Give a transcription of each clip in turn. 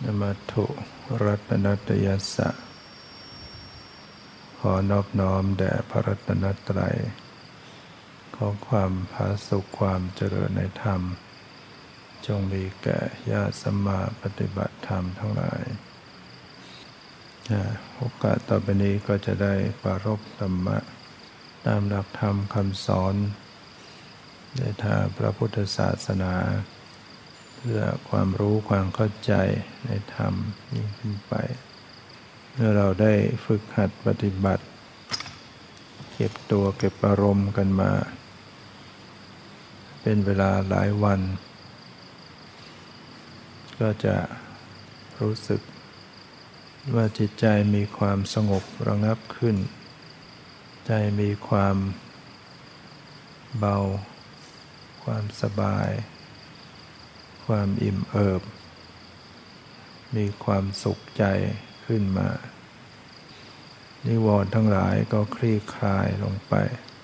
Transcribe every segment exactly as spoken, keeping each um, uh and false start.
นมัตถุรัตนัตยัสสะขอนอบน้อมแด่พระรัตนตรัยขอความผาสุกความเจริญในธรรมจงมีแก่ญาติสัมมาปฏิบัติธรรมทั้งหลายโอกาสต่อไปนี้ก็จะได้ปรารภธรรมะตามหลักธรรมคำสอนในทางพระพุทธศาสนาเพื่อความรู้ความเข้าใจในธรรมยิ่งขึ้นไปเมื่อเราได้ฝึกหัดปฏิบัติเก็บตัวเก็บอารมณ์กันมาเป็นเวลาหลายวันก็จะรู้สึกว่าจิตใจมีความสงบระงับขึ้นใจมีความเบาความสบายความอิ่มเอิบมีความสุขใจขึ้นมานิวรณ์ทั้งหลายก็คลี่คลายลงไป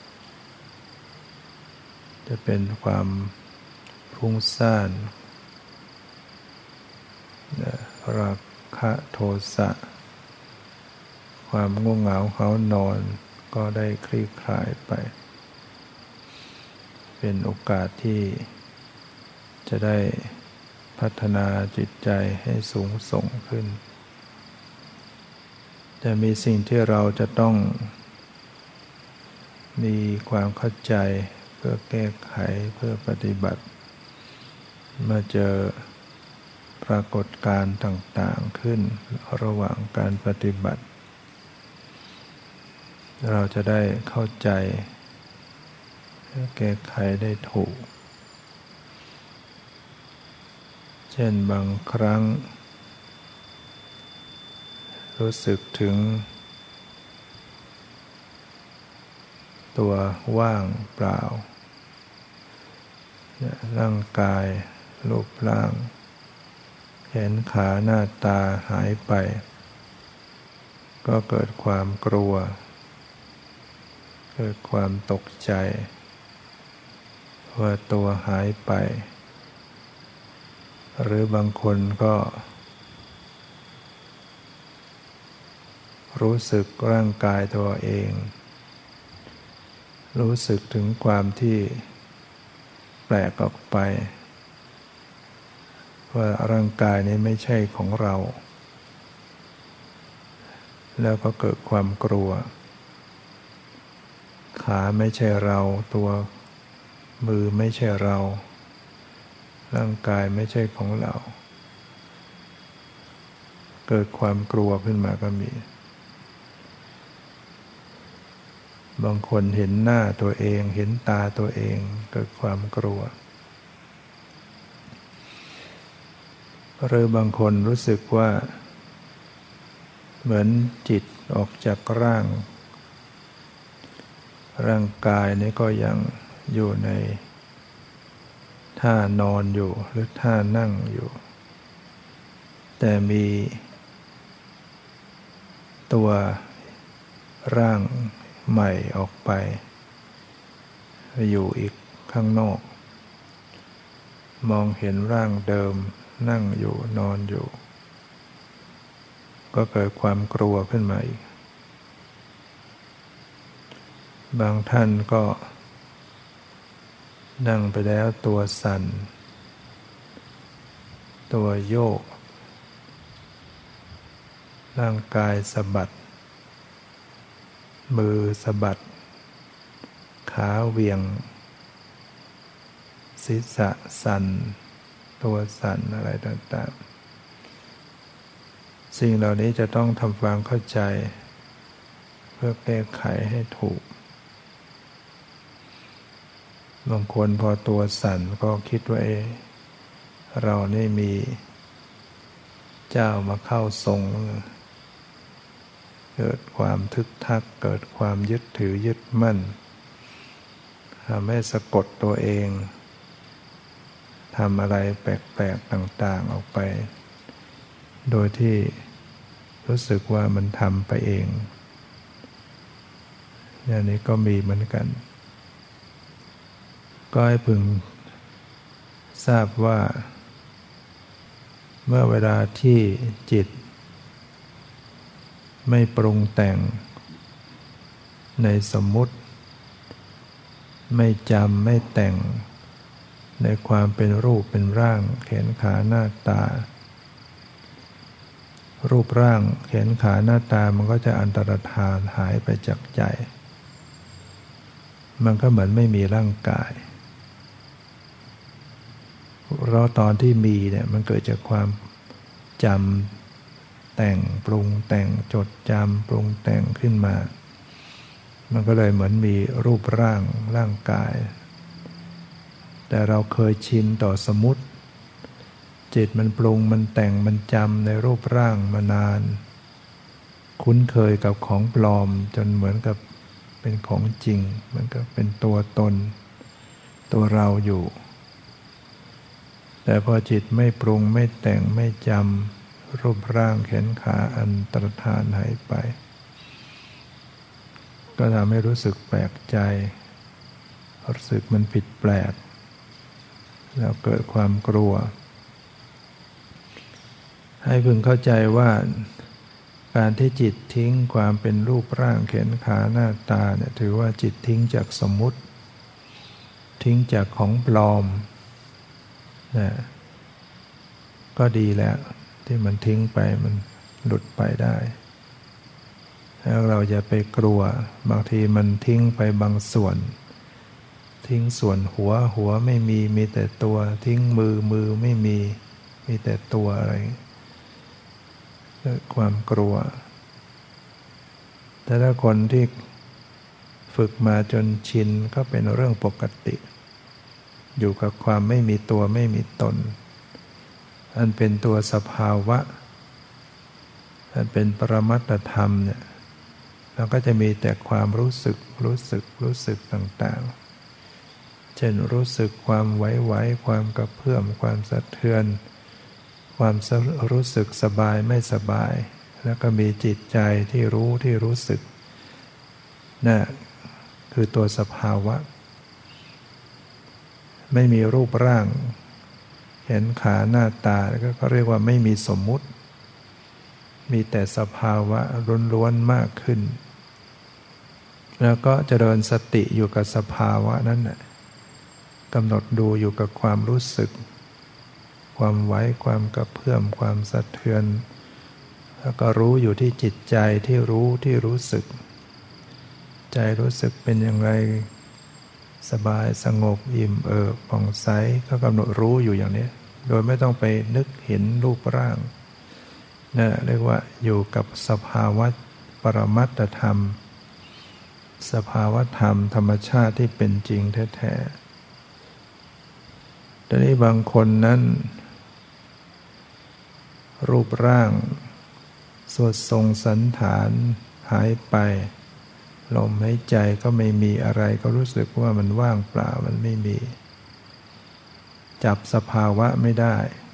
จะเป็นความฟุ้งซ่านราคะโทสะความง่วงเหงาหาวนอนก็ได้คลี่คลายไปเป็นโอกาสที่จะได้พัฒนาจิตใจให้สูงส่งขึ้นจะมีสิ่งที่เราจะต้องมีความเข้าใจเพื่อแก้ไขเพื่อปฏิบัติเมื่อเจอปรากฏการณ์ต่างๆขึ้นระหว่างการปฏิบัติเราจะได้เข้าใจแก้ไขได้ถูกเช่นบางครั้งรู้สึกถึงตัวว่างเปล่าร่างกายรูปร่างแขนขาหน้าตาหายไปก็เกิดความกลัวเกิดความตกใจว่าตัวหายไปหรือบางคนก็รู้สึกร่างกายตัวเองรู้สึกถึงความที่แปลกออกไปว่าร่างกายนี้ไม่ใช่ของเราแล้วก็เกิดความกลัวขาไม่ใช่เราตัวมือไม่ใช่เราร่างกายไม่ใช่ของเราเกิดความกลัวขึ้นมาก็มีบางคนเห็นหน้าตัวเองเห็นตาตัวเองเกิดความกลัวหรือบางคนรู้สึกว่าเหมือนจิตออกจากร่างร่างกายนี้ก็ยังอยู่ในท่านอนอยู่หรือท่านั่งอยู่แต่มีตัวร่างใหม่ออกไปอยู่อีกข้างนอกมองเห็นร่างเดิมนั่งอยู่นอนอยู่ก็เกิดความกลัวขึ้นมาอีกบางท่านก็นั่งไปแล้วตัวสั่นตัวโยกร่างกายสะบัดมือสะบัดขาเหวี่ยงศีรษะสั่นตัวสั่นอะไรต่างๆสิ่งเหล่านี้จะต้องทำความเข้าใจเพื่อแก้ไขให้ถูกบางคนพอตัวสั่นก็คิดว่าเอเรานี่มีเจ้ามาเข้าทรงเกิดความทึกทักเกิดความยึดถือยึดมั่นทำให้สะกดตัวเองทำอะไรแปลกๆต่างๆออกไปโดยที่รู้สึกว่ามันทำไปเองอย่างนี้ก็มีเหมือนกันก็ให้พึงทราบว่าเมื่อเวลาที่จิตไม่ปรุงแต่งในสมมุติไม่จำไม่แต่งในความเป็นรูปเป็นร่างแขนขาหน้าตารูปร่างแขนขาหน้าตามันก็จะอันตรธานหายไปจากใจมันก็เหมือนไม่มีร่างกายเพราะตอนที่มีเนี่ยมันเกิดจากความจำแต่งปรุงแต่งจดจำปรุงแต่งขึ้นมามันก็เลยเหมือนมีรูปร่างร่างกายแต่เราเคยชินต่อสมมุติจิตมันปรุงมันแต่งมันจำในรูปร่างมานานคุ้นเคยกับของปลอมจนเหมือนกับเป็นของจริงมันก็เป็นตัวตนตัวเราอยู่แต่พอจิตไม่ปรุงไม่แต่งไม่จำรูปร่างแขนขาอันตรธานหายไปก็ทำให้รู้สึกแปลกใจรู้สึกมันผิดแปลกแล้วเกิดความกลัวให้พึงเข้าใจว่าการที่จิตทิ้งความเป็นรูปร่างแขนขาหน้าตาเนี่ยถือว่าจิตทิ้งจากสมมุติทิ้งจากของปลอมนะก็ดีแล้วที่มันทิ้งไปมันหลุดไปได้แล้วเราอย่าไปกลัวบางทีมันทิ้งไปบางส่วนทิ้งส่วนหัวหัวไม่มีมีแต่ตัวทิ้งมือมือไม่มีมีแต่ตัวอะไรความกลัวแต่ถ้าคนที่ฝึกมาจนชินก็เป็นเรื่องปกติอยู่กับความไม่มีตัวไม่มีตนอันเป็นตัวสภาวะอันเป็นปรมัตถธรรมเนี่ยเราก็จะมีแต่ความรู้สึกรู้สึกรู้สึกต่างๆเช่นรู้สึกความไหวๆความกระเพื่อมความสะเทือนความรู้สึกสบายไม่สบายแล้วก็มีจิตใจที่รู้ที่รู้สึกนั่นคือตัวสภาวะไม่มีรูปร่างเห็นขาหน้าตาแล้วก็เรียกว่าไม่มีสมมุติมีแต่สภาวะล้วนๆมากขึ้นแล้วก็เจริญสติอยู่กับสภาวะนั้นน่ะกำหนดดูอยู่กับความรู้สึกความไหวความกระเพื่อมความสะเทือนแล้วก็รู้อยู่ที่จิตใจที่รู้ที่รู้สึกใจรู้สึกเป็นอย่างไรสบายสงบอิ่มเอิบผ่องใสก็กำหนดรู้อยู่อย่างนี้โดยไม่ต้องไปนึกเห็นรูปร่างนั่นแหละเรียกว่าอยู่กับสภาวะปรมัตถธรรมสภาวะธรรมธรรมชาติที่เป็นจริงแท้ๆแต่นี้บางคนนั้นรูปร่างสวดทรงสันฐานหายไปลมหายใจก็ไม่มีอะไรก็รู้สึกว่ามันว่างเปล่ามันไม่มีจับสภาวะไม่ได้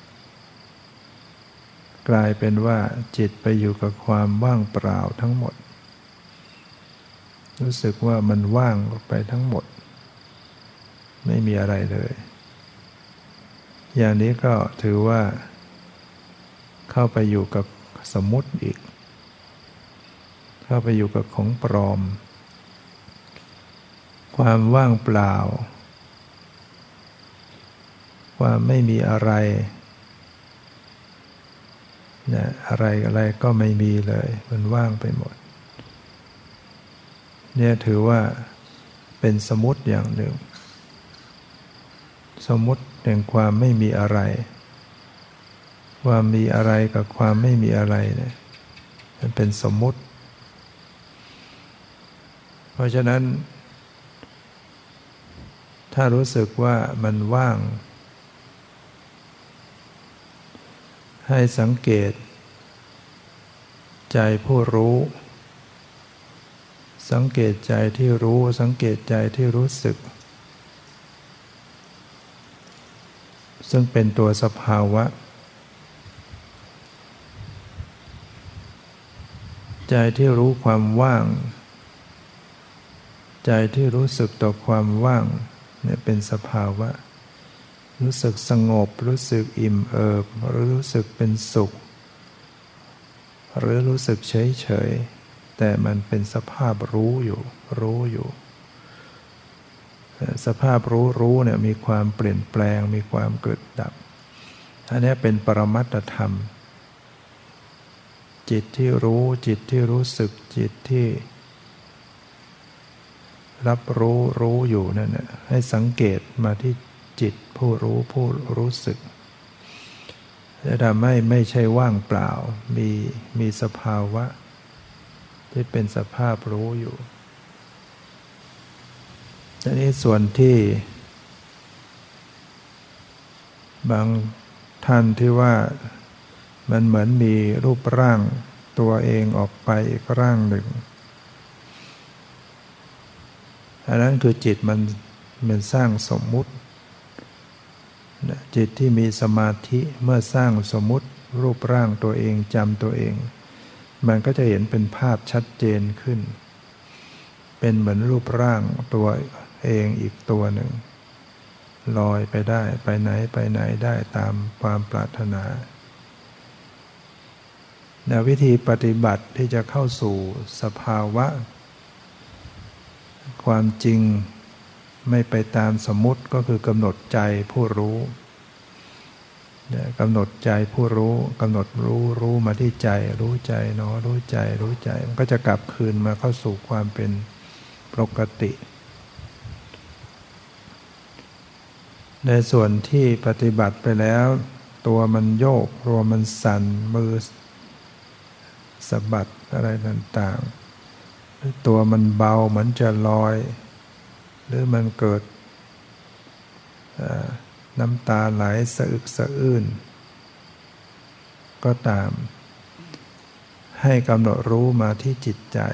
กลายเป็นว่าจิตไปอยู่กับความว่างเปล่าทั้งหมดรู้สึกว่ามันว่างไปทั้งหมดไม่มีอะไรเลยอย่างนี้ก็ถือว่าเข้าไปอยู่กับสมมุติอีกเข้าไปอยู่กับของปลอมความว่างเปล่าความไม่มีอะไรเนี่ยอะไรอะไรก็ไม่มีเลยมันว่างไปหมดเนี่ยถือว่าเป็นสมมุติอย่างหนึ่งสมมุติแห่งความไม่มีอะไรความมีอะไรกับความไม่มีอะไรเนี่ยมันเป็นสมมุติเพราะฉะนั้นถ้ารู้สึกว่ามันว่างให้สังเกตใจผู้รู้สังเกตใจที่รู้สังเกตใจที่รู้สึกซึ่งเป็นตัวสภาวะใจที่รู้ความว่างใจที่รู้สึกต่อความว่างเนี่ยเป็นสภาวะรู้สึกสงบรู้สึกอิ่มเอิบหรือรู้สึกเป็นสุขหรือรู้สึกเฉยเฉยแต่มันเป็นสภาพรู้อยู่รู้อยู่สภาพรู้รู้เนี่ยมีความเปลี่ยนแปลงมีความเกิดดับอันนี้เป็นปรมัตถธรรมจิตที่รู้จิตที่รู้สึกจิตที่รับรู้รู้อยู่นั่นน่ะให้สังเกตมาที่จิตผู้รู้ผู้รู้สึกจะทำให้ไม่ใช่ว่างเปล่ามีมีสภาวะที่เป็นสภาพรู้อยู่อันนี้ส่วนที่บางท่านที่ว่ามันเหมือนมีรูปร่างตัวเองออกไปอีกร่างหนึ่งอันนั้นคือจิตมันมันสร้างสมมุติจิตที่มีสมาธิเมื่อสร้างสมมุติรูปร่างตัวเองจำตัวเองมันก็จะเห็นเป็นภาพชัดเจนขึ้นเป็นเหมือนรูปร่างตัวเองอีกตัวหนึ่งลอยไปได้ไปไหนไปไหนได้ตามความปรารถนาแนววิธีปฏิบัติที่จะเข้าสู่สภาวะความจริงไม่ไปตามสมมุติก็คือกำหนดใจผู้รู้กำหนดใจผู้รู้กำหนดรู้รู้มาที่ใจรู้ใจเนาะรู้ใจรู้ใจมันก็จะกลับคืนมาเข้าสู่ความเป็นปกติในส่วนที่ปฏิบัติไปแล้วตัวมันโยกตัวมันสั่นมือสะบัดอะไรต่างๆตัวมันเบาเหมือนจะลอยหรือมันเกิดน้ำตาไหลสะอึกสะอื้นก็ตามให้กำหนดรู้มาที่จิตใจ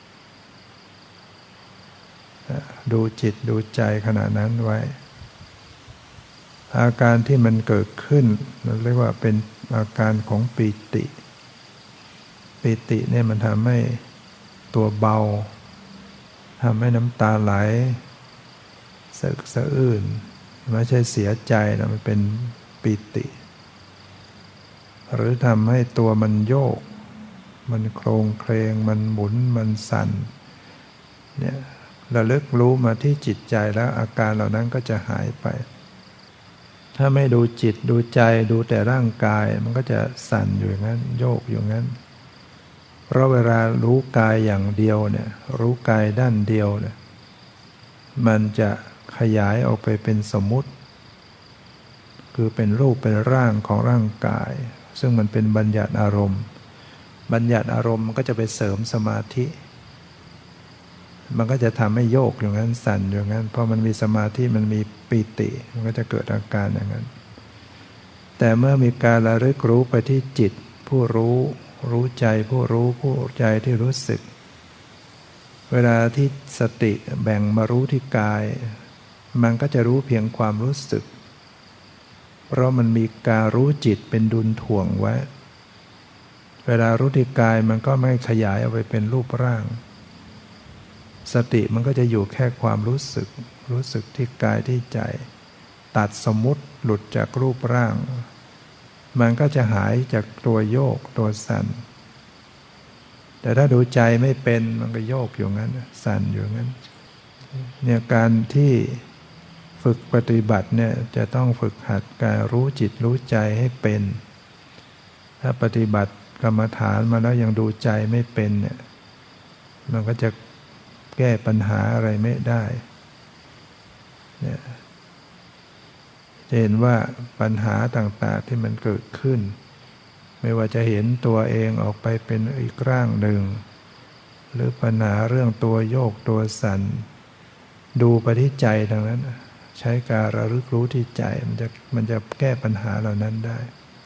ดูจิตดูใจขณะนั้นไว้อาการที่มันเกิดขึ้นเราเรียกว่าเป็นอาการของปีติปีติเนี่ยมันทำให้ตัวเบาทำให้น้ำตาไหลสะอึกสะอื้นไม่ใช่เสียใจนะมันเป็นปีติหรือทำให้ตัวมันโยกมันโครงเคลงมันหมุนมันสั่นเนี่ยระลึกรู้มาที่จิตใจแล้วอาการเหล่านั้นก็จะหายไปถ้าไม่ดูจิตดูใจดูแต่ร่างกายมันก็จะสั่นอยู่อย่างนั้นโยกอยู่อย่างนั้นเพราะเวลารู้กายอย่างเดียวเนี่ยรู้กายด้านเดียวเนี่ยมันจะขยายออกไปเป็นสมมุติคือเป็นรูปเป็นร่างของร่างกายซึ่งมันเป็นบัญญัติอารมณ์บัญญัติอารมณ์มันก็จะไปเสริมสมาธิมันก็จะทำให้โยกอย่างนั้นสั่นอย่างนั้นเพราะมันมีสมาธิมันมีปีติมันก็จะเกิดอาการอย่างนั้นแต่เมื่อมีการระลึกรู้ไปที่จิตผู้รู้รู้ใจผู้รู้ผู้ใจที่รู้สึกเวลาที่สติแบ่งมารู้ที่กายมันก็จะรู้เพียงความรู้สึกเพราะมันมีการรู้จิตเป็นดุลถ่วงไว้เวลารู้ที่กายมันก็ไม่ขยายออกไปเป็นรูปร่างสติมันก็จะอยู่แค่ความรู้สึกรู้สึกที่กายที่ใจตัดสมมุติหลุดจากรูปร่างมันก็จะหายจากตัวโยกตัวสั่นแต่ถ้าดูใจไม่เป็นมันก็โยกอยู่งั้นสั่นอยู่งั้นเนี่ยการที่ฝึกปฏิบัติเนี่ยจะต้องฝึกหัดการรู้จิตรู้ใจให้เป็นถ้าปฏิบัติกรรมฐานมาแล้วยังดูใจไม่เป็นเนี่ยมันก็จะแก้ปัญหาอะไรไม่ได้เนี่ยจะเห็นว่าปัญหาต่างๆที่มันเกิดขึ้นไม่ว่าจะเห็นตัวเองออกไปเป็นอีกร่างหนึ่งหรือปัญหาเรื่องตัวโยกตัวสั่นดูไปที่ใจทางนั้นใช้การระลึกรู้ที่ใจมันจะมันจะแก้ปัญหาเหล่านั้นได้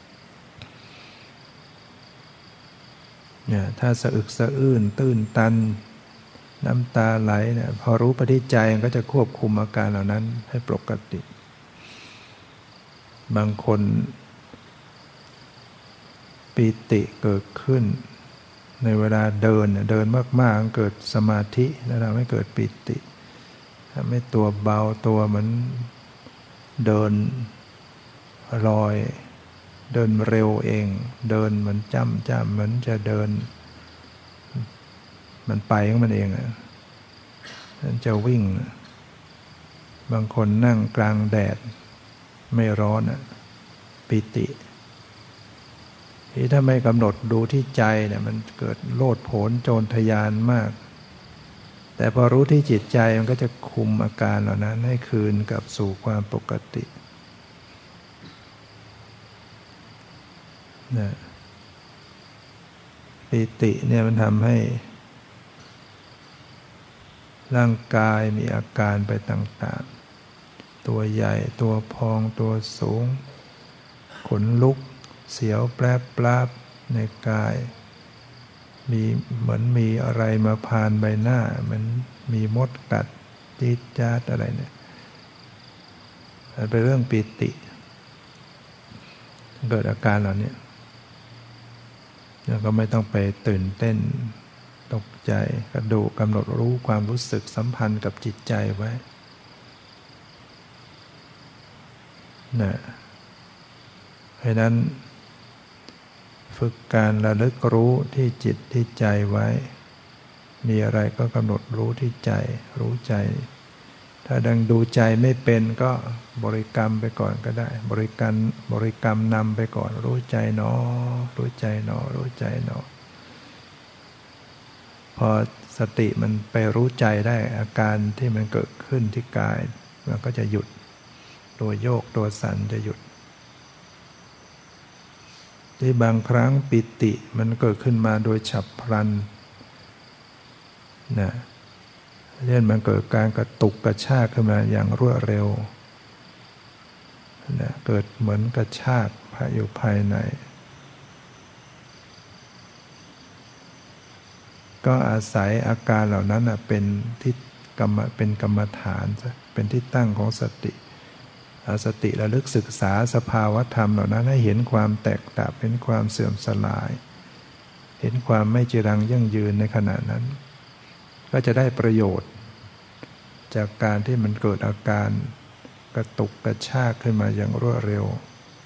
เนี่ยถ้าสะอึกสะอื้นตื้นตันน้ำตาไหลเนี่ยพอรู้ไปที่ใจมันก็จะควบคุมอาการเหล่านั้นให้ปกติบางคนปีติเกิดขึ้นในเวลาเดินเดินมากๆเกิดสมาธิแล้วทำให้เกิดปีติทำให้ตัวเบาตัวเหมือนเดินลอยเดินเร็วเองเดินเหมือนจ้ำจ้ำเหมือนจะเดินมันไปของมันเองอ่ะมันจะวิ่งบางคนนั่งกลางแดดไม่ร้อนอ่ะปิติที่ถ้าไม่กำหนดดูที่ใจเนี่ยมันเกิดโลดโผนโจรทยานมากแต่พอรู้ที่จิตใจมันก็จะคุมอาการเหล่านั้นให้คืนกลับสู่ความปกตินะปิติเนี่ยมันทำให้ร่างกายมีอาการไปต่างๆตัวใหญ่ตัวพองตัวสูงขนลุกเสียวแปรปลาบในกายมีเหมือนมีอะไรมาพานใบหน้าเหมือนมีมดกัดจี๊ดจ๊าดอะไรเนี่ยเป็นเรื่องปิติเกิดอาการเหล่านี้แล้วก็ไม่ต้องไปตื่นเต้นตกใจกระดูกกำหนดรู้ความรู้สึกสัมพันธ์กับจิตใจไว้นะเพราะนั้นฝึกการระลึกรู้ที่จิตที่ใจไว้มีอะไรก็กำหนดรู้ที่ใจรู้ใจถ้าดังดูใจไม่เป็นก็บริกรรมไปก่อนก็ได้บริกรรมบริกรรมนำไปก่อนรู้ใจหนอรู้ใจหนอรู้ใจหนอพอสติมันไปรู้ใจได้อาการที่มันเกิดขึ้นที่กายมันก็จะหยุดตัวโยกตัวสั่นจะหยุดที่บางครั้งปิติมันเกิดขึ้นมาโดยฉับพลันนะเช่นมันเกิดการกระตุกกระชากขึ้นมาอย่างรวดเร็วนะเกิดเหมือนกระชากอยู่ภายในก็อาศัยอาการเหล่านั้นเป็นที่กรรมเป็นกรรมฐานเป็นที่ตั้งของสติเอาสติระลึกศึกษาสภาวธรรมเหล่านั้นให้เห็นความแตกดับเห็นความเสื่อมสลายเห็นความไม่จีรังยั่งยืนในขณะนั้นก็จะได้ประโยชน์จากการที่มันเกิดอาการกระตุกกระชากขึ้นมาอย่างรวดเร็ว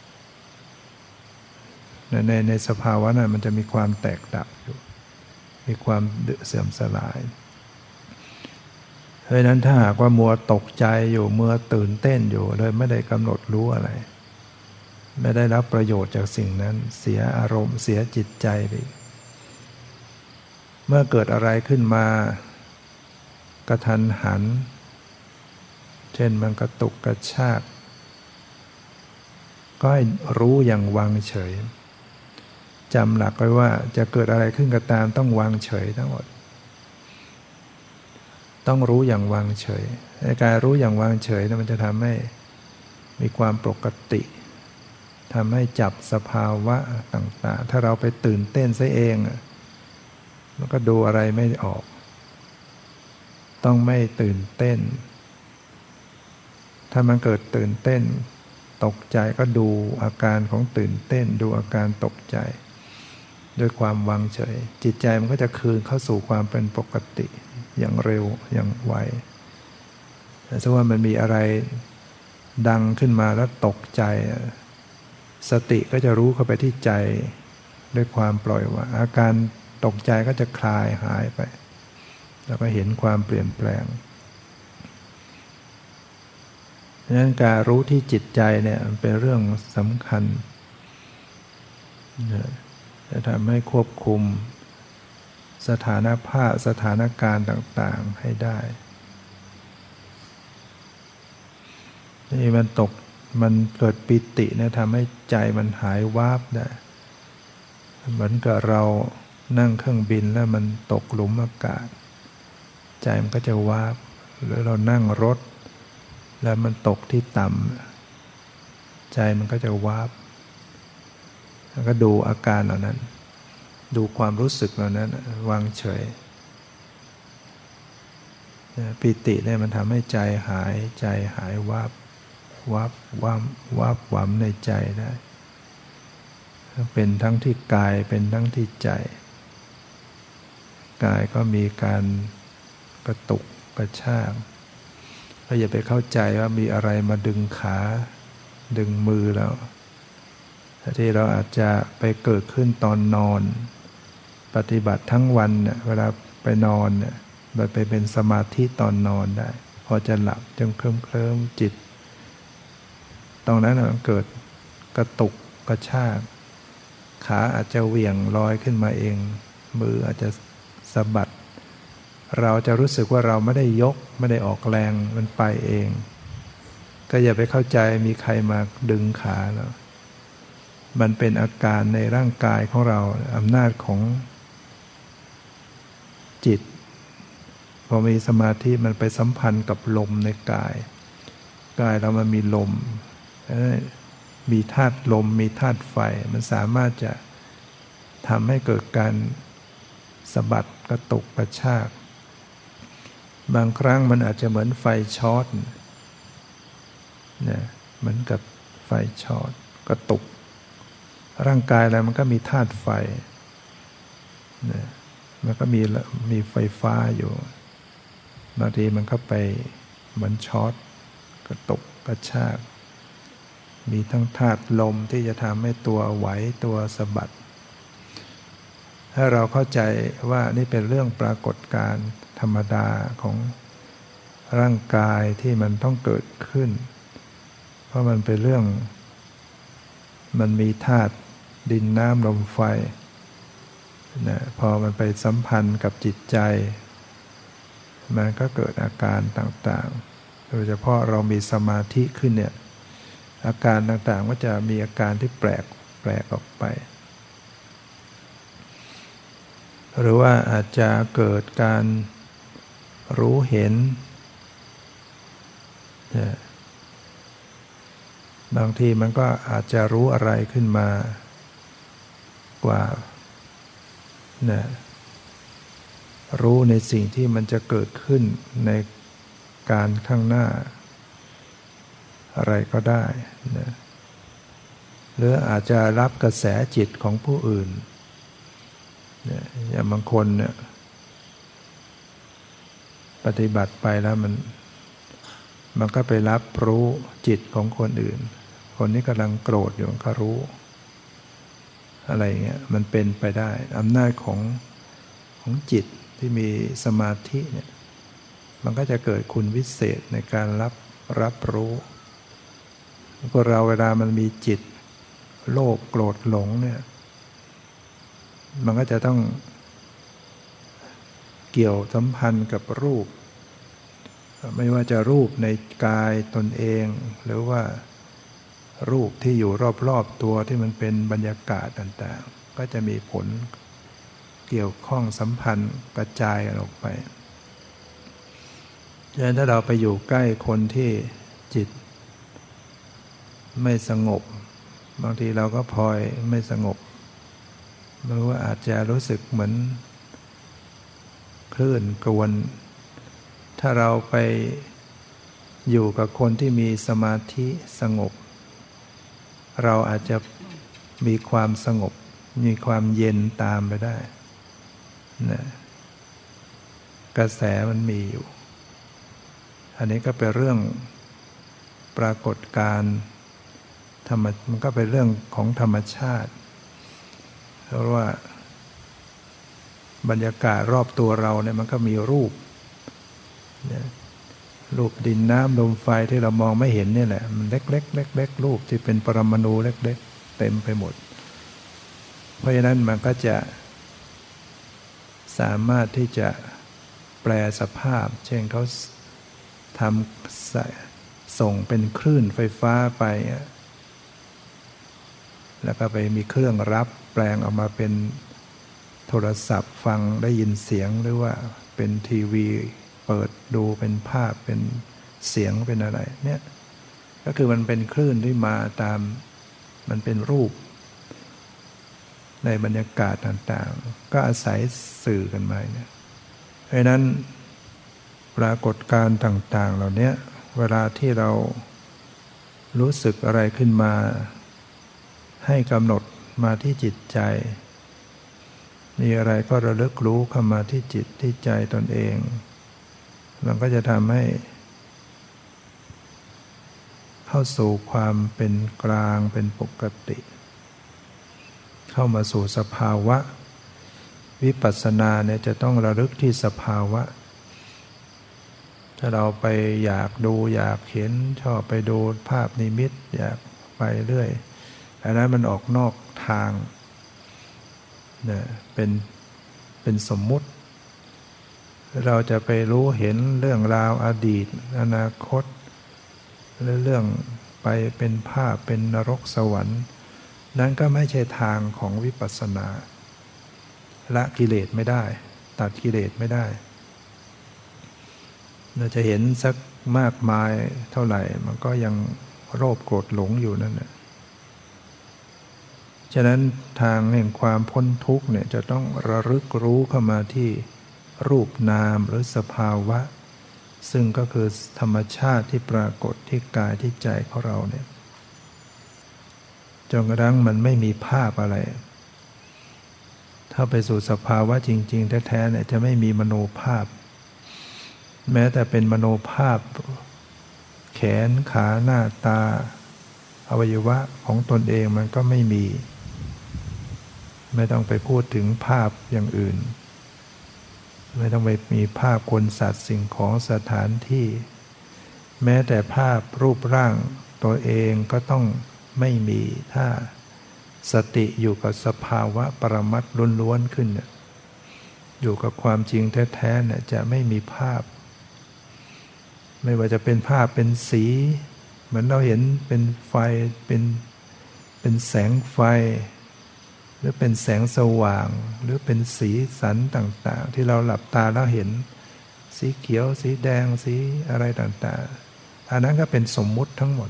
ในในในสภาวะนั้นมันจะมีความแตกดับอยู่มีความเสื่อมสลายเพราะนั้นถ้าหากว่ามัวตกใจอยู่มัวตื่นเต้นอยู่เลยไม่ได้กำหนดรู้อะไรไม่ได้รับประโยชน์จากสิ่งนั้นเสียอารมณ์เสียจิตใจไปเมื่อเกิดอะไรขึ้นมากระทันหันเช่นมันกระตุกกระชากก็ให้รู้อย่างวางเฉยจำหลักไว้ว่าจะเกิดอะไรขึ้นก็ตามต้องวางเฉยทั้งหมดต้องรู้อย่างวางเฉยในการรู้อย่างวางเฉยนะมันจะทำให้มีความปกติทำให้จับสภาวะต่างๆถ้าเราไปตื่นเต้นซะเองมันก็ดูอะไรไม่ออกต้องไม่ตื่นเต้นถ้ามันเกิดตื่นเต้นตกใจก็ดูอาการของตื่นเต้นดูอาการตกใจด้วยความวางเฉยจิตใจมันก็จะคืนเข้าสู่ความเป็นปกติอย่างเร็วอย่างไวแต่ถ้าว่ามันมีอะไรดังขึ้นมาแล้วตกใจสติก็จะรู้เข้าไปที่ใจด้วยความปล่อยวางอาการตกใจก็จะคลายหายไปแล้วก็เห็นความเปลี่ยนแปลงดังนั้นการรู้ที่จิตใจเนี่ยเป็นเรื่องสำคัญจะทำให้ควบคุมสถานภาพสถานการณ์ต่างๆให้ได้นี่มันตกมันเกิดปิติเนี่ยทำให้ใจมันหายวาบได้เหมือนกับเรานั่งเครื่องบินแล้วมันตกหลุมอากาศใจมันก็จะวาบหรือเรานั่งรถแล้วมันตกที่ต่ำใจมันก็จะวาบแล้วก็ดูอาการเหล่านั้นดูความรู้สึกเหล่านั้นวางเฉยปิติเนี่ยมันทำให้ใจหายใจหายวาบวับวับวับวับในใจได้เป็นทั้งที่กายเป็นทั้งที่ใจกายก็มีการกระตุกกระชากก็อย่าไปเข้าใจว่ามีอะไรมาดึงขาดึงมือแล้วที่เราอาจจะไปเกิดขึ้นตอนนอนปฏิบัติทั้งวันเนี่ยเวลาไปนอนเนี่ยมันไปเป็นสมาธิตอนนอนได้พอจะหลับจงเคลิ้มเคลิ้มจิตตรงนั้นมันเกิดกระตุกกระชากขาอาจจะเหวี่ยงลอยขึ้นมาเองมืออาจจะสะบัดเราจะรู้สึกว่าเราไม่ได้ยกไม่ได้ออกแรงมันไปเองก็อย่าไปเข้าใจมีใครมาดึงขาแล้วมันเป็นอาการในร่างกายของเราอำนาจของจิตพอมีสมาธิมันไปสัมพันธ์กับลมในกายกายเรามันมีลมมีธาตุลมมีธาตุไฟมันสามารถจะทำให้เกิดการสะบัดกระตุกกระชากบางครั้งมันอาจจะเหมือนไฟช็อตเนี่ยเหมือนกับไฟช็อตกระตุกร่างกายอะไรมันก็มีธาตุไฟเนี่ยมันก็มีมีไฟฟ้าอยู่บางทีมันก็ไปเหมือนช็อตกระตุกกระชากมีทั้งธาตุลมที่จะทำให้ตัวไหวตัวสะบัดถ้าเราเข้าใจว่านี่เป็นเรื่องปรากฏการณ์ธรรมดาของร่างกายที่มันต้องเกิดขึ้นเพราะมันเป็นเรื่องมันมีธาตุดินน้ำลมไฟนะพอมันไปสัมพันธ์กับจิตใจมันก็เกิดอาการต่างๆโดยเฉพาะเรามีสมาธิขึ้นเนี่ยอาการต่างๆก็จะมีอาการที่แปลกแปลกออกไปหรือว่าอาจจะเกิดการรู้เห็นบางทีมันก็อาจจะรู้อะไรขึ้นมากว่านะรู้ในสิ่งที่มันจะเกิดขึ้นในการข้างหน้าอะไรก็ได้นะหรืออาจจะรับกระแสจิตของผู้อื่นนะอย่างบางคนเนี่ยปฏิบัติไปแล้วมันมันก็ไปรับรู้จิตของคนอื่นคนนี้กำลังโกรธอยู่ก็รู้อะไรเงี้ยมันเป็นไปได้อำนาจของของจิตที่มีสมาธิเนี่ยมันก็จะเกิดคุณวิเศษในการรับรับรู้พวกเราเวลามันมีจิตโลภโกรธหลงเนี่ยมันก็จะต้องเกี่ยวสัมพันธ์กับรูปไม่ว่าจะรูปในกายตนเองหรือว่ารูปที่อยู่รอบๆตัวที่มันเป็นบรรยากาศต่างๆก็จะมีผลเกี่ยวข้องสัมพันธ์กระจายกันออกไปฉะนั้นถ้าเราไปอยู่ใกล้คนที่จิตไม่สงบบางทีเราก็พลอยไม่สงบหรือว่าอาจจะรู้สึกเหมือนคลื่นกวนถ้าเราไปอยู่กับคนที่มีสมาธิสงบเราอาจจะมีความสงบมีความเย็นตามไปได้นะกระแสมันมีอยู่อันนี้ก็เป็นเรื่องปรากฏการณ์ธรรมมันก็เป็นเรื่องของธรรมชาติเพราะว่าบรรยากาศรอบตัวเราเนี่ยมันก็มีรูปรูปดินน้ำลมไฟที่เรามองไม่เห็นนี่แหละมันเล็กๆเล็กๆรูปที่เป็นปรมาณูเล็กๆเต็มไปหมดเพราะฉะนั้นมันก็จะสามารถที่จะแปลสภาพเช่นเขาทำส่งเป็นคลื่นไฟฟ้าไปแล้วก็ไปมีเครื่องรับแปลงออกมาเป็นโทรศัพท์ฟังได้ยินเสียงหรือว่าเป็นทีวีเปิดดูเป็นภาพเป็นเสียงเป็นอะไรเนี่ยก็คือมันเป็นคลื่นที่มาตามมันเป็นรูปในบรรยากาศต่างๆก็อาศัยสื่อกันมาเนี่ยเพราะนั้นปรากฏการณ์ต่างๆเหล่านี้เวลาที่เรารู้สึกอะไรขึ้นมาให้กำหนดมาที่จิตใจมีอะไรก็ระลึกรู้เข้ามาที่จิตที่ใจตนเองมันก็จะทำให้เข้าสู่ความเป็นกลางเป็นปกติเข้ามาสู่สภาวะวิปัสสนาเนี่ยจะต้องระลึกที่สภาวะถ้าเราไปอยากดูอยากเห็นชอบไปดูภาพนิมิตอยากไปเรื่อยอันนั้นมันออกนอกทางเนี่ยเป็นเป็นสมมุติเราจะไปรู้เห็นเรื่องราวอดีตอนาคตหรือเรื่องไปเป็นภาพเป็นนรกสวรรค์นั้นก็ไม่ใช่ทางของวิปัสสนาละกิเลสไม่ได้ตัดกิเลสไม่ได้เราจะเห็นสักมากมายเท่าไหร่มันก็ยังโลภโกรธหลงอยู่นั่นแหละฉะนั้นทางแห่งความพ้นทุกข์เนี่ยจะต้องระลึกรู้เข้ามาที่รูปนามหรือสภาวะซึ่งก็คือธรรมชาติที่ปรากฏที่กายที่ใจของเราเนี่ยจนกระทั่งมันไม่มีภาพอะไรถ้าไปสู่สภาวะจริงๆแท้ๆเนี่ยจะไม่มีมโนภาพแม้แต่เป็นมโนภาพแขนขาหน้าตาอวัยวะของตนเองมันก็ไม่มีไม่ต้องไปพูดถึงภาพอย่างอื่นไม่ต้องไปมีภาพคนสัตว์สิ่งของสถานที่แม้แต่ภาพรูปร่างตัวเองก็ต้องไม่มีถ้าสติอยู่กับสภาวะปรมัตถ์ล้วนๆขึ้นเนี่ยอยู่กับความจริงแท้ๆเนี่ยจะไม่มีภาพไม่ว่าจะเป็นภาพเป็นสีเหมือนเราเห็นเป็นไฟเป็นเป็นแสงไฟหรือเป็นแสงสว่างหรือเป็นสีสันต่างๆที่เราหลับตาแล้วเห็นสีเขียวสีแดงสีอะไรต่างๆอันนั้นก็เป็นสมมุติทั้งหมด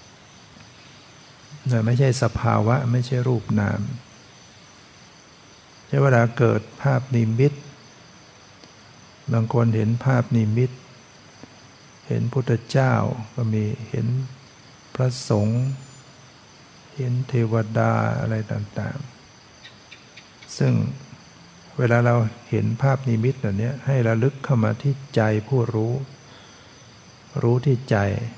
ไม่ใช่สภาวะไม่ใช่รูปนามใช่เวลาเกิดภาพนิมิตบางคนเห็นภาพนิมิตเห็นพุทธเจ้าก็มีเห็นพระสงฆ์เห็นเทวดาอะไรต่างๆซึ่งเวลาเราเห็นภาพนิมิตแบบนี้ให้ระลึกเข้ามาที่ใจผู้รู้รู้ที่ใจ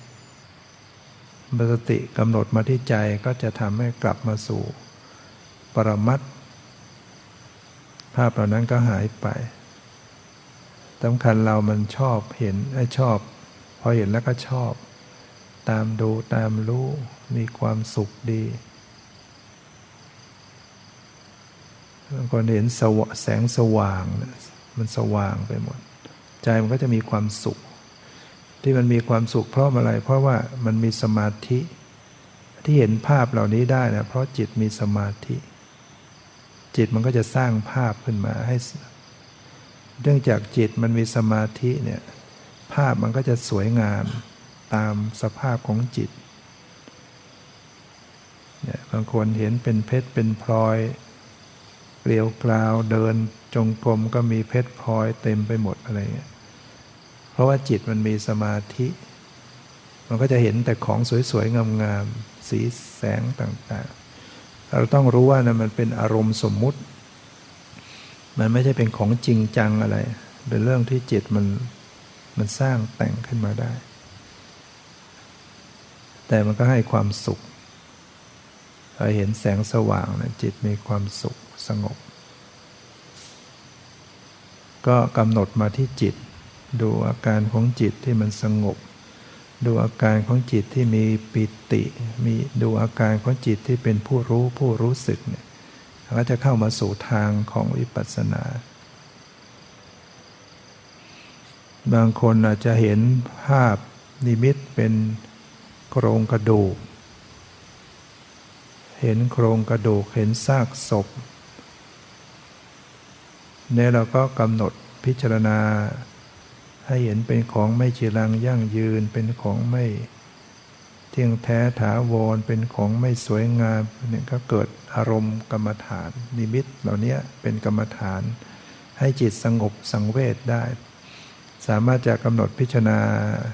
สติกำหนดมาที่ใจก็จะทำให้กลับมาสู่ปรมัตถ์ภาพเหล่านั้นก็หายไปสำคัญเรามันชอบเห็นไอ้ชอบพอเห็นแล้วก็ชอบตามดูตามรู้มีความสุขดีบางคนเห็นแสงสว่างมันสว่างไปหมดใจมันก็จะมีความสุขที่มันมีความสุขเพราะอะไรเพราะว่ามันมีสมาธิที่เห็นภาพเหล่านี้ได้นะเพราะจิตมีสมาธิจิตมันก็จะสร้างภาพขึ้นมาให้เนื่องจากจิตมันมีสมาธิเนี่ยภาพมันก็จะสวยงามตามสภาพของจิตเนี่ยบางคนเห็นเป็นเพชรเป็นพลอยเกลียวกราวเดินจงกรมก็มีเพชรพลอยเต็มไปหมดอะไรเงี้ยเพราะว่าจิตมันมีสมาธิมันก็จะเห็นแต่ของสวยๆงามๆสีแสงต่างๆเราต้องรู้ว่านะมันเป็นอารมณ์สมมุติมันไม่ใช่เป็นของจริงจังอะไรเป็นเรื่องที่จิตมันมันสร้างแต่งขึ้นมาได้แต่มันก็ให้ความสุขเราเห็นแสงสว่างนะจิตมีความสุขสงบก็กำหนดมาที่จิตดูอาการของจิตที่มันสงบดูอาการของจิตที่มีปิติมีดูอาการของจิตที่เป็นผู้รู้ผู้รู้สึกเนี่ยก็จะเข้ามาสู่ทางของวิปัสสนาบางคนอาจจะเห็นภาพนิมิตเป็นโครงกระดูกเห็นโครงกระดูกเห็นซากศพเนี่ยเราก็กำหนดพิจารณาให้เห็นเป็นของไม่จีรังยั่งยืนเป็นของไม่เที่ยงแท้ถาวรเป็นของไม่สวยงามเนี่ยก็เกิดอารมณ์กรรมฐานนิมิตเหล่านี้เป็นกรรมฐานให้จิตสงบสังเวชได้สามารถจะกำหนดพิจารณา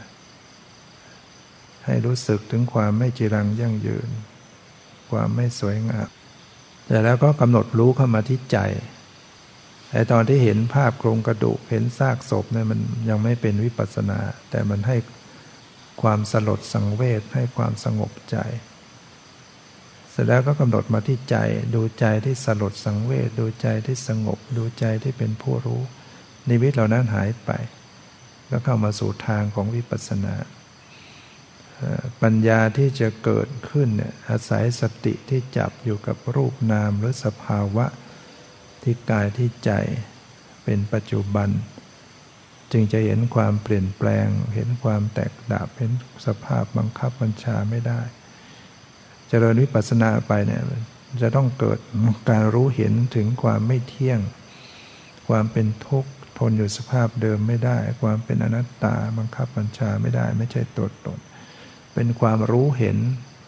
ให้รู้สึกถึงความไม่จีรังยั่งยืนความไม่สวยงามแต่แล้วก็กำหนดรู้เข้ามาที่ใจไอ้ตอนที่เห็นภาพโครงกระดูกเห็นซากศพเนี่ยมันยังไม่เป็นวิปัสสนาแต่มันให้ความสลดสังเวชให้ความสงบใจเสร็จแล้วก็กำหนดมาที่ใจดูใจที่สลดสังเวชดูใจที่สงบดูใจที่เป็นผู้รู้นิมิตเหล่านั้นหายไปแล้วเข้ามาสู่ทางของวิปัสสนาปัญญาที่จะเกิดขึ้นเนี่ยอาศัยสติที่จับอยู่กับรูปนามหรือสภาวะที่กายที่ใจเป็นปัจจุบันจึงจะเห็นความเปลี่ยนแปลงเห็นความแตกดับเห็นสภาพบังคับบัญชาไม่ได้เจริญวิปัสสนาไปเนี่ยจะต้องเกิดการรู้เห็นถึงความไม่เที่ยงความเป็นทุกข์ทนอยู่สภาพเดิมไม่ได้ความเป็นอนัตตาบังคับบัญชาไม่ได้ไม่ใช่ตัวตนเป็นความรู้เห็น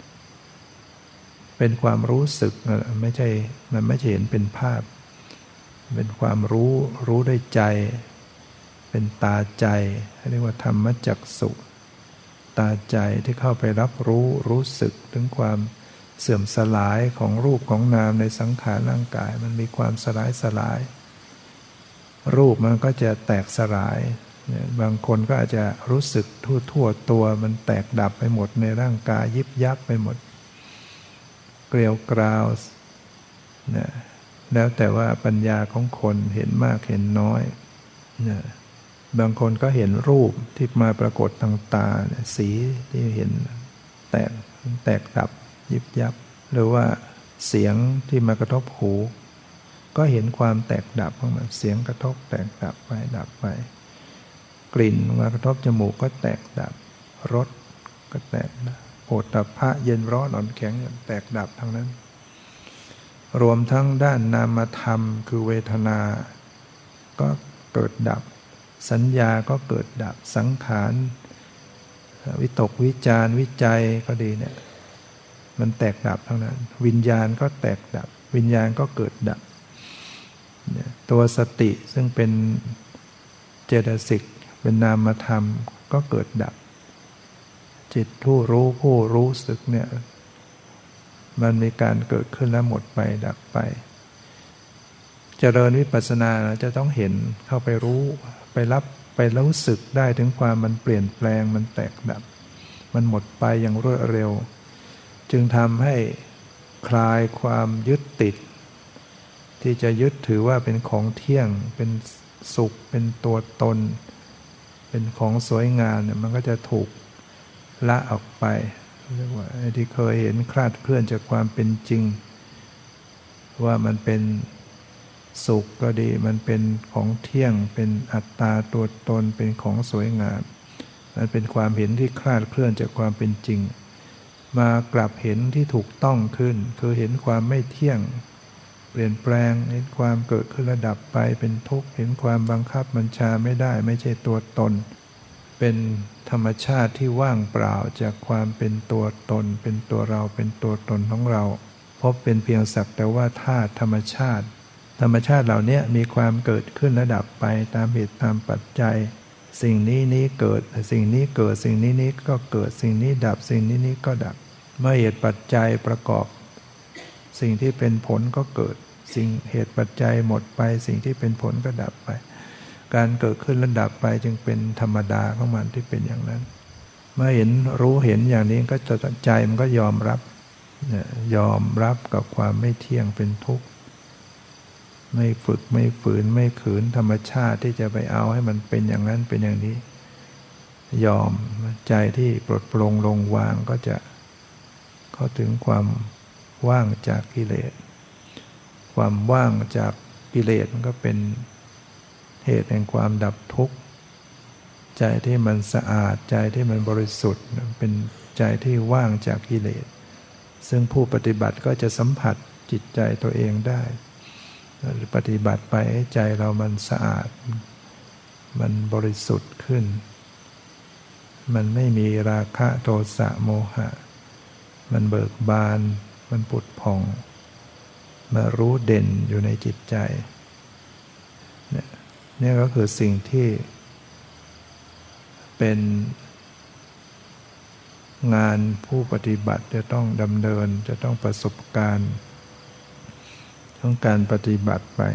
เป็นความรู้สึกไม่ใช่มันไม่ใช่เห็นเป็นภาพเป็นความรู้รู้ด้วยใจเป็นตาใจเรียกว่าธรรมจักษุตาใจที่เข้าไปรับรู้รู้สึกถึงความเสื่อมสลายของรูปของนามในสังขารร่างกายมันมีความสลายสลายรูปมันก็จะแตกสลายบางคนก็อาจจะรู้สึกทั่วทั่วตัวมันแตกดับไปหมดในร่างกายยิบยับไปหมดเกลียวกราวนะแล้วแต่ว่าปัญญาของคนเห็นมากเห็นน้อยนะบางคนก็เห็นรูปที่มาปรากฏทางตาสีที่เห็นแตกแตกดับยิบยับหรือว่าเสียงที่มากระทบหูก็เห็นความแตกดับของมันเสียงกระทบแตกดับไปดับไปกลิ่นมากระทบจมูกก็แตกดับรสก็แตกดับโผฏฐัพพะเย็นร้อนอ่อนแข็งแตกดับทั้งนั้นรวมทั้งด้านนามธรรมคือเวทนาก็เกิดดับสัญญาก็เกิดดับสังขารวิตกวิจารวิจัยก็ดีเนี่ยมันแตกดับทั้งนั้นวิญญาณก็แตกดับวิญญาณก็เกิดดับตัวสติซึ่งเป็นเจตสิกเป็นนามธรรมก็เกิดดับจิตผู้รู้ผู้รู้สึกเนี่ยมันมีการเกิดขึ้นแล้วหมดไปดับไปเจริญวิปัสสนาจะต้องเห็นเข้าไปรู้ไปรับไปรู้สึกได้ถึงความมันเปลี่ยนแปลงมันแตกดับมันหมดไปอย่างรวดเร็วจึงทำให้คลายความยึดติดที่จะยึดถือว่าเป็นของเที่ยงเป็นสุขเป็นตัวตนเป็นของสวยงามเนี่ยมันก็จะถูกละออกไปเรียกว่าที่เคยเห็นคลาดเคลื่อนจากความเป็นจริงว่ามันเป็นสุขก็ดีมันเป็นของเที่ยงเป็นอัตตาตัวตนเป็นของสวยงามมันเป็นความเห็นที่คลาดเคลื่อนจากความเป็นจริงมากลับเห็นที่ถูกต้องขึ้นคือเห็นความไม่เที่ยงเปลี่ยนแปลงเห็นความเกิดขึ้นระดับไปเป็นทุกข์เห็นความบังคับบัญชาไม่ได้ไม่ใช่ตัวตนเป็นธรรมชาติที่ว่างเปล่าจากความเป็นตัวตนเป็นตัวเราเป็นตัวตนของเราพบเป็นเพียงสักแต่ว่าธาตุธรรมชาติธรรมชาติเหล่านี้มีความเกิดขึ้นระดับไปตามเหตุตามปัจจัยสิ่งนี้นี้เกิดสิ่งนี้เกิดสิ่งนี้นี้ก็เกิดสิ่งนี้ดับสิ่งนี้นี้ก็ดับเมื่อเหตุปัจจัยประกอบสิ่งที่เป็นผลก็เกิดสิ่งเหตุปัจจัยหมดไปสิ่งที่เป็นผลก็ดับไปการเกิดขึ้นและดับไปจึงเป็นธรรมดาของมันที่เป็นอย่างนั้นเมื่อเห็นรู้เห็นอย่างนี้ก็จะใจมันก็ยอมรับยอมรับกับความไม่เที่ยงเป็นทุกข์ไม่ฝึกไม่ฝืนไม่ขืนธรรมชาติที่จะไปเอาให้มันเป็นอย่างนั้นเป็นอย่างนี้ยอมใจที่ปลดปลงลงวางก็จะเข้าถึงความว่างจากกิเลสความว่างจากกิเลสมันก็เป็นเหตุแห่งความดับทุกข์ใจที่มันสะอาดใจที่มันบริสุทธิ์เป็นใจที่ว่างจากกิเลสซึ่งผู้ปฏิบัติก็จะสัมผัสจิตใจตัวเองได้ปฏิบัติไปให้ใจเรามันสะอาดมันบริสุทธิ์ขึ้นมันไม่มีราคะโทสะโมหะมันเบิกบานมันผุดผ่องมารู้เด่นอยู่ในจิตใจเนี่ยนี่ก็คือสิ่งที่เป็นงานผู้ปฏิบัติจะต้องดำเนินจะต้องประสบการณ์ต้องการปฏิบัติไป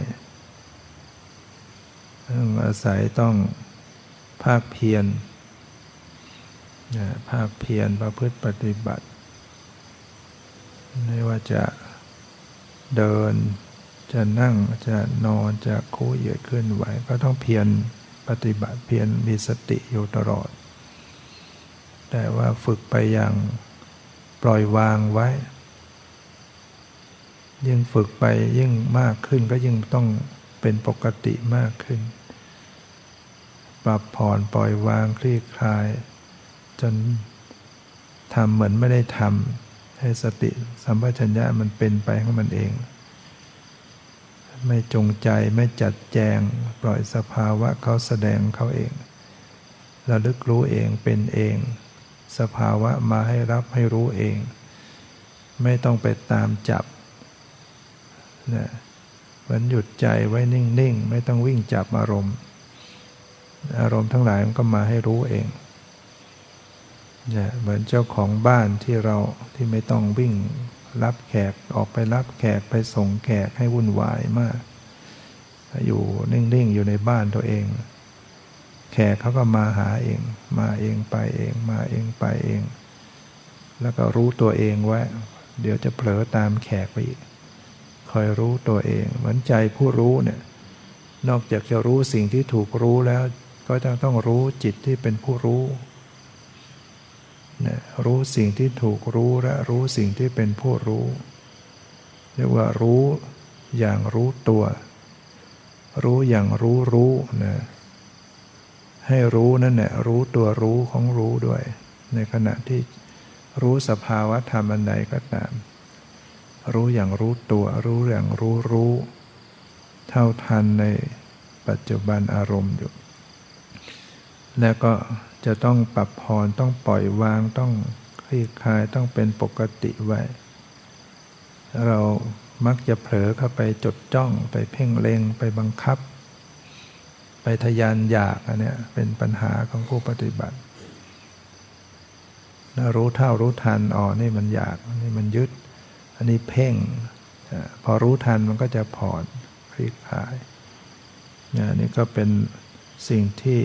ต้องอาศัยต้องภาคเพียรภาคเพียรประพฤติปฏิบัติไม่ว่าจะเดินจะนั่งจะนอนจะคู่เหยียดเคลื่อนไหวก็ต้องเพียรปฏิบัติเพียรมีสติอยู่ตลอดแต่ว่าฝึกไปอย่างปล่อยวางไว้ยิ่งฝึกไปยิ่งมากขึ้นก็ยิ่งต้องเป็นปกติมากขึ้นปรับผ่อนปล่อยวางคลี่คลายจนทำเหมือนไม่ได้ทำให้สติสัมปชัญญะมันเป็นไปของมันเองไม่จงใจไม่จัดแจงปล่อยสภาวะเขาแสดงเขาเองระลึกรู้เองเป็นเองสภาวะมาให้รับให้รู้เองไม่ต้องไปตามจับนะมันหยุดใจไว้นิ่งๆไม่ต้องวิ่งจับอารมณ์อารมณ์ทั้งหลายมันก็มาให้รู้เองเนี่ยเหมือนเจ้าของบ้านที่เราที่ไม่ต้องวิ่งรับแขกออกไปรับแขกไปส่งแขกให้วุ่นวายมากอยู่นิ่งๆอยู่ในบ้านตัวเองแขกเขาก็มาหาเองมาเองไปเองมาเองไปเองแล้วก็รู้ตัวเองไว้เดี๋ยวจะเผลอตามแขกไปอีกคอยรู้ตัวเองเหมือนใจผู้รู้เนี่ยนอกจากจะรู้สิ่งที่ถูกรู้แล้วก็จะต้องรู้จิตที่เป็นผู้รู้เนี่ยรู้สิ่งที่ถูกรู้และรู้สิ่งที่เป็นผู้รู้เรียกว่ารู้อย่างรู้ตัวรู้อย่างรู้รู้นะให้รู้นั่นแหละรู้ตัวรู้ของรู้ด้วยในขณะที่รู้สภาวะธรรมอันใดก็ตามรู้อย่างรู้ตัวรู้อย่างรู้รู้เท่าทันในปัจจุบันอารมณ์อยู่แล้วก็จะต้องปรับผ่อนต้องปล่อยวางต้องคลี่คลายต้องเป็นปกติไว้เรามักจะเผลอเข้าไปจดจ้องไปเพ่งเล็งไปบังคับไปทะยานอยากอันเนี้ยเป็นปัญหาของผู้ปฏิบัติถ้ารู้เท่ารู้ทันอ๋อนี่มันอยากนี่มันยึดอันนี้เพ่งพอรู้ทันมันก็จะผ่อนคลี่คลายนี่ก็เป็นสิ่งที่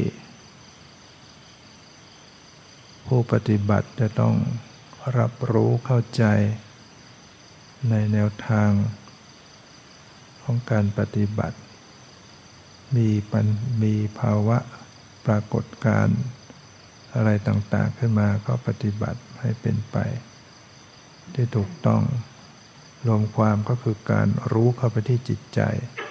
ผู้ปฏิบัติจะต้องรับรู้เข้าใจในแนวทางของการปฏิบัติมีปัญมีภาวะปรากฏการณ์อะไรต่างๆขึ้นมาก็ปฏิบัติให้เป็นไปที่ถูกต้องรวมความก็คือการรู้เข้าไปที่จิตใจ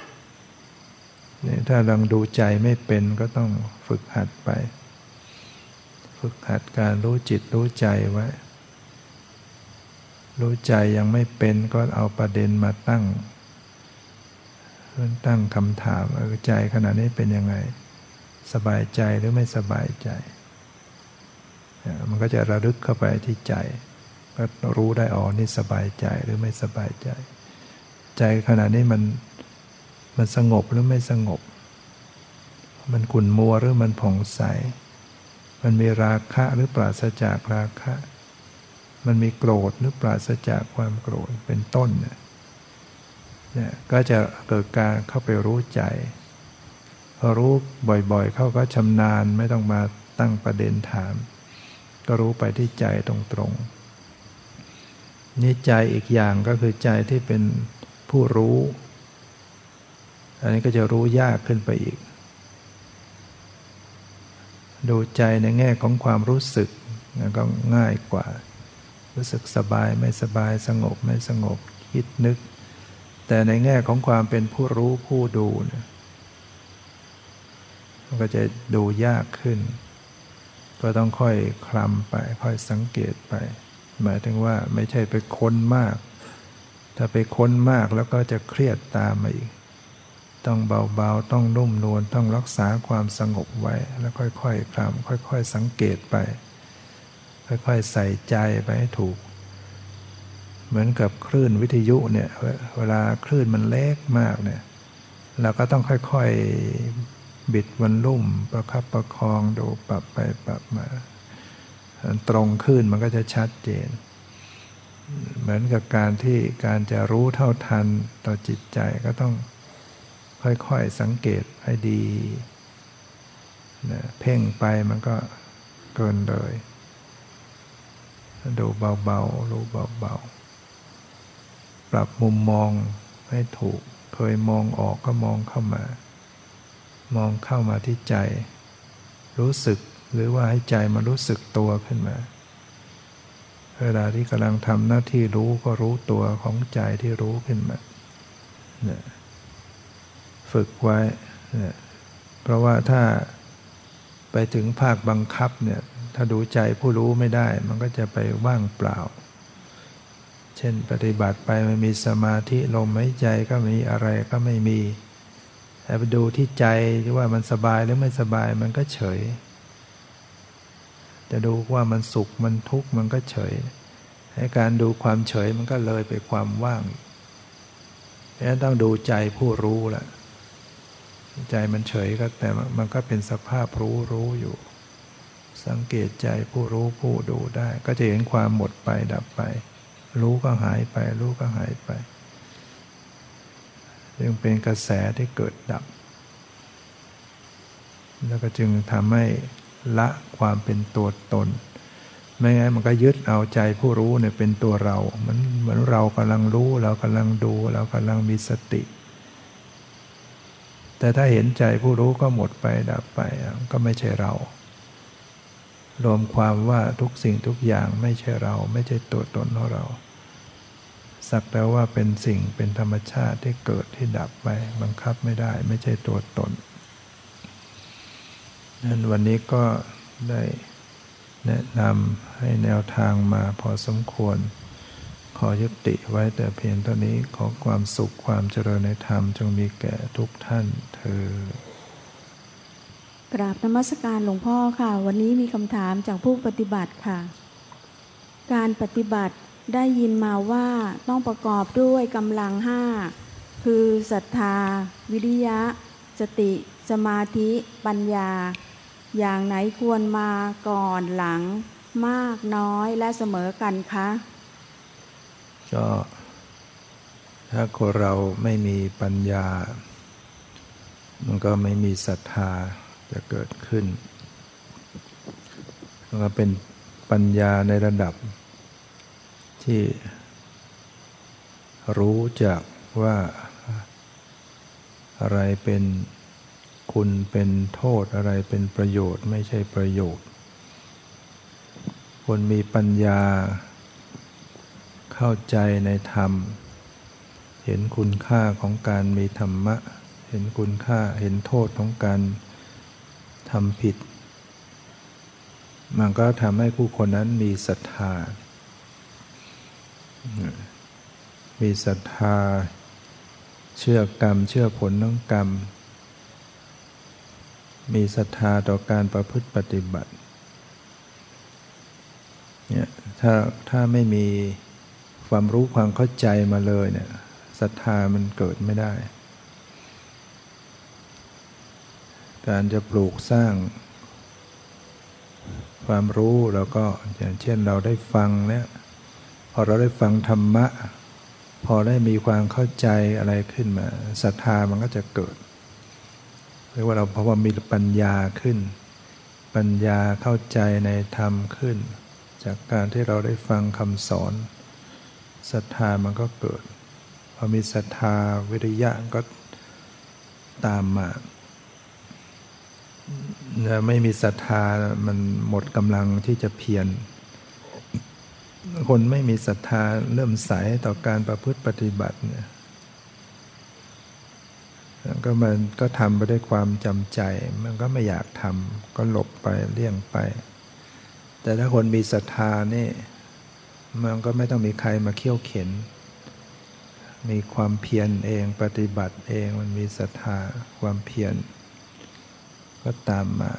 เนี่ยถ้าลังดูใจไม่เป็นก็ต้องฝึกหัดไปฝึกหัดการรู้จิตรู้ใจไว้รู้ใจยังไม่เป็นก็เอาประเด็นมาตั้งตั้งคำถามเออใจขณะนี้เป็นยังไงสบายใจหรือไม่สบายใจมันก็จะระลึกเข้าไปที่ใจก็รู้ได้อ๋อนี่สบายใจหรือไม่สบายใจใจขณะนี้มันมันสงบหรือไม่สงบมันขุ่นมัวหรือมันผ่องใสมันมีราคะหรือปราศจากราคะมันมีโกรธหรือปราศจากความโกรธเป็นต้นเนี่ยก็จะเกิดการเข้าไปรู้ใจพอรู้บ่อยๆเข้าก็ชำนาญไม่ต้องมาตั้งประเด็นถามก็รู้ไปที่ใจตรงๆนี่ใจอีกอย่างก็คือใจที่เป็นผู้รู้อันนี้ก็จะรู้ยากขึ้นไปอีกดูใจในแง่ของความรู้สึกก็ง่ายกว่ารู้สึกสบายไม่สบายสงบไม่สงบคิดนึกแต่ในแง่ของความเป็นผู้รู้ผู้ดูเนี่ยมันก็จะดูยากขึ้นก็ต้องค่อยคลำไปค่อยสังเกตไปหมายถึงว่าไม่ใช่ไปค้นมากถ้าไปค้นมากแล้วก็จะเครียดตามมาอีกต้องเบาๆต้องนุ่มนวลต้องรักษาความสงบไว้แล้วค่อยๆคลำค่อยๆสังเกตไปค่อยๆใส่ใจไปให้ถูกเหมือนกับคลื่นวิทยุเนี่ยเวลาคลื่นมันเล็กมากเนี่ยเราก็ต้องค่อยๆบิดวอลลุ่มประคับประคองดูปรับไปปรับมาตรงคลื่นมันก็จะชัดเจนเหมือนกับการที่การจะรู้เท่าทันต่อจิตใจก็ต้องค่อยๆสังเกตให้ดีนะเพ่งไปมันก็เกินเลยดูเบาๆรู้เบาปรับมุมมองให้ถูกเคยมองออกก็มองเข้ามามองเข้ามาที่ใจรู้สึกหรือว่าให้ใจมารู้สึกตัวขึ้นมาเวลาที่กำลังทำหน้าที่รู้ก็รู้ตัวของใจที่รู้ขึ้นมาเนี่ยฝึกไว้เนี่ยเพราะว่าถ้าไปถึงภาคบังคับเนี่ยถ้าดูใจผู้รู้ไม่ได้มันก็จะไปว่างเปล่าเช่นปฏิบัติไปมันมีสมาธิลมหายใจก็มีอะไรก็ไม่มีแต่ไปดูที่ใจว่ามันสบายหรือไม่สบายมันก็เฉยจะดูว่ามันสุขมันทุกข์มันก็เฉยให้การดูความเฉยมันก็เลยไปความว่างเพราะฉะนั้นต้องดูใจผู้รู้แหละใจมันเฉยก็แต่มันก็เป็นสภาพรู้รู้อยู่สังเกตใจผู้รู้ผู้ดูได้ก็จะเห็นความหมดไปดับไปรู้ก็หายไปรู้ก็หายไปจึงเป็นกระแสที่เกิดดับแล้วก็จึงทำให้ละความเป็นตัวตนไม่งั้นมันก็ยึดเอาใจผู้รู้เนี่ยเป็นตัวเรามันเหมือนเรากำลังรู้เรากำลังดูเรากำลังมีสติแต่ถ้าเห็นใจผู้รู้ก็หมดไปดับไปก็ไม่ใช่เรารวมความว่าทุกสิ่งทุกอย่างไม่ใช่เราไม่ใช่ตัวตนของเราสักแต่ว่าเป็นสิ่งเป็นธรรมชาติที่เกิดที่ดับไปบังคับไม่ได้ไม่ใช่ตัวตนนั้นวันนี้ก็ได้แนะนำให้แนวทางมาพอสมควรขอยุติไว้แต่เพียงเท่านี้ขอความสุขความเจริญในธรรมจงมีแก่ทุกท่านเทอญกราบนมัสการหลวงพ่อค่ะวันนี้มีคำถามจากผู้ปฏิบัติค่ะการปฏิบัติได้ยินมาว่าต้องประกอบด้วยกำลังห้าคือศรัทธาวิริยะสติสมาธิปัญญาอย่างไหนควรมาก่อนหลังมากน้อยและเสมอกันคะก็ถ้าคนเราไม่มีปัญญามันก็ไม่มีศรัทธาจะเกิดขึ้นมันก็เป็นปัญญาในระดับที่รู้จักว่าอะไรเป็นคุณเป็นโทษอะไรเป็นประโยชน์ไม่ใช่ประโยชน์คนมีปัญญาเข้าใจในธรรมเห็นคุณค่าของการมีธรรมะเห็นคุณค่าเห็นโทษของการทำผิดมันก็ทำให้ผู้คนนั้นมีศรัทธามีศรัทธาเชื่อกรรมเชื่อผลของกรรมมีศรัทธาต่อการประพฤติปฏิบัติเนี่ยถ้าถ้าไม่มีความรู้ความเข้าใจมาเลยเนี่ยศรัทธามันเกิดไม่ได้การจะปลูกสร้างความรู้แล้วก็อย่างเช่นเราได้ฟังเนี่ยพอเราได้ฟังธรรมะพอได้มีความเข้าใจอะไรขึ้นมาศรัทธามันก็จะเกิดเรียกว่าเราเพราะว่ามีปัญญาขึ้นปัญญาเข้าใจในธรรมขึ้นจากการที่เราได้ฟังคำสอนศรัทธามันก็เกิดพอมีศรัทธาวิริยะก็ตามมาไม่มีศรัทธามันหมดกำลังที่จะเพียรคนไม่มีศรัทธาเริ่มใสต่อการประพฤติปฏิบัติเนี่ยก็มันก็ทำไปด้วยความจำใจมันก็ไม่อยากทำก็หลบไปเลี่ยงไปแต่ถ้าคนมีศรัทธานี่มันก็ไม่ต้องมีใครมาเคี่ยวเข็นมีความเพียรเองปฏิบัติเองมันมีศรัทธาความเพียรก็ตามมา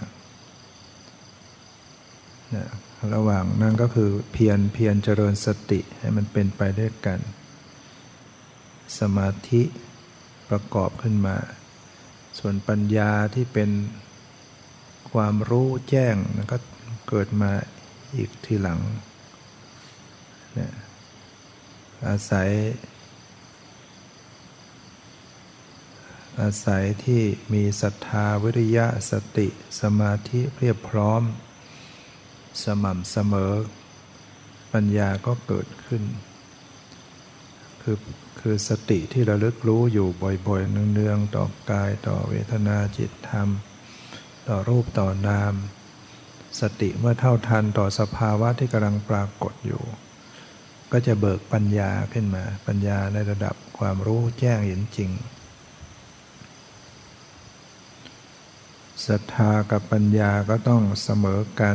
นะระหว่างนั้นก็คือเพียรเพียรเจริญสติให้มันเป็นไปด้วยกันสมาธิประกอบขึ้นมาส่วนปัญญาที่เป็นความรู้แจ้งมันก็เกิดมาอีกทีหลังนะอาศัยอาศัยที่มีศรัทธาวิริยะสติสมาธิเพียบพร้อมสม่ำเสมอปัญญาก็เกิดขึ้นคือคือสติที่ระลึกรู้อยู่บ่อยๆเนืองๆต่อกายต่อเวทนาจิตธรรมต่อรูปต่อนามสติเมื่อเท่าทันต่อสภาวะที่กำลังปรากฏอยู่ก็จะเบิกปัญญาขึ้นมาปัญญาในระดับความรู้แจ้งเห็นจริงศรัทธากับปัญญาก็ต้องเสมอกัน